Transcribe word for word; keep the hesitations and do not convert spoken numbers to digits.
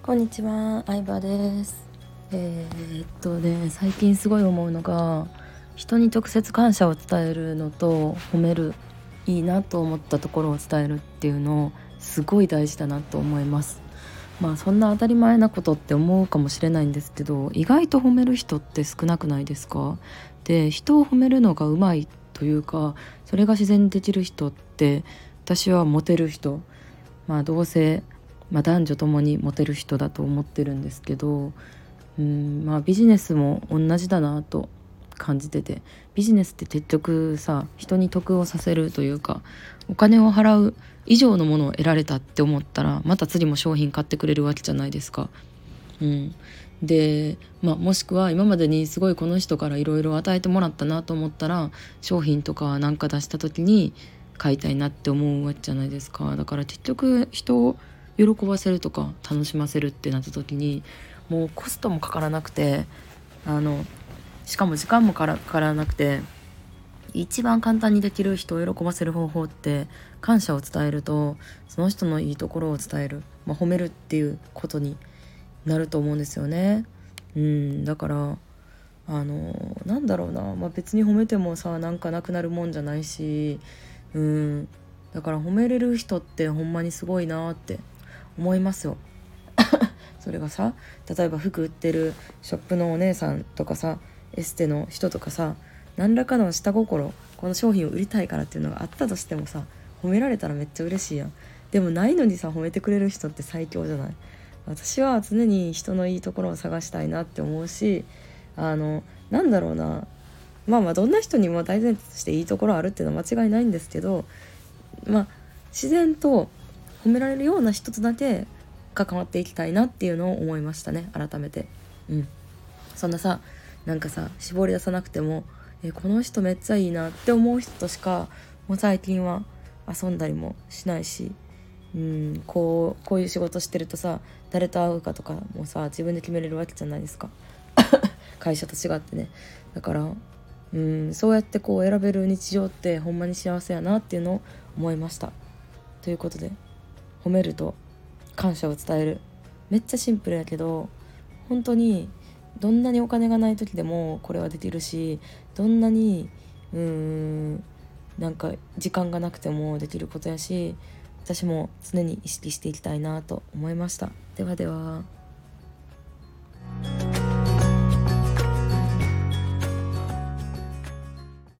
こんにちは、相葉です。えー、っとね最近すごい思うのが、人に直接感謝を伝えるのと褒める、いいなと思ったところを伝えるっていうのをすごい大事だなと思います。まあそんな当たり前なことって思うかもしれないんですけど、意外と褒める人って少なくないですか？で、人を褒めるのがうまいというか、それが自然にできる人って、私はモテる人、まあ同性、まあ、男女ともにモテる人だと思ってるんですけど、うん、まあビジネスも同じだなと感じてて、ビジネスって結局さ、人に得をさせるというか、お金を払う以上のものを得られたって思ったら、また次も商品買ってくれるわけじゃないですか。うん、で、まあ、もしくは今までにすごいこの人からいろいろ与えてもらったなと思ったら、商品とかなんか出した時に買いたいなって思うわけじゃないですか。だから結局人を喜ばせるとか楽しませるってなった時に、もうコストもかからなくて、あのしかも時間もからかからなくて、一番簡単にできる人を喜ばせる方法って、感謝を伝えるとその人のいいところを伝える、まあ、褒めるっていうことになると思うんですよね。うん、だからあのなんだろうな、まあ、別に褒めてもさ、なんかなくなるもんじゃないし、うん、だから褒めれる人ってほんまにすごいなって思いますよ。それがさ、例えば服売ってるショップのお姉さんとかさ、エステの人とかさ、何らかの下心、この商品を売りたいからっていうのがあったとしてもさ、褒められたらめっちゃ嬉しいやん。でもないのにさ、褒めてくれる人って最強じゃない？私は常に人のいいところを探したいなって思うし、あのなんだろうな、まあまあどんな人にも大前提としていいところあるっていうのは間違いないんですけど、まあ自然と褒められるような人とだけ関わっていきたいなっていうのを思いましたね、改めて。うん、そんなさ、なんかさ、絞り出さなくても、えこの人めっちゃいいなって思う人としかもう最近は遊んだりもしないし、うん、こうこういう仕事してるとさ、誰と会うかとかもさ、自分で決めれるわけじゃないですか。会社と違ってね。だからうん、そうやってこう選べる日常ってほんまに幸せやなっていうのを思いました。ということで、褒めると感謝を伝える、めっちゃシンプルやけど、本当にどんなにお金がない時でもこれはできるし、どんなにうーんなんか時間がなくてもできることやし、私も常に意識していきたいなと思いました。ではでは。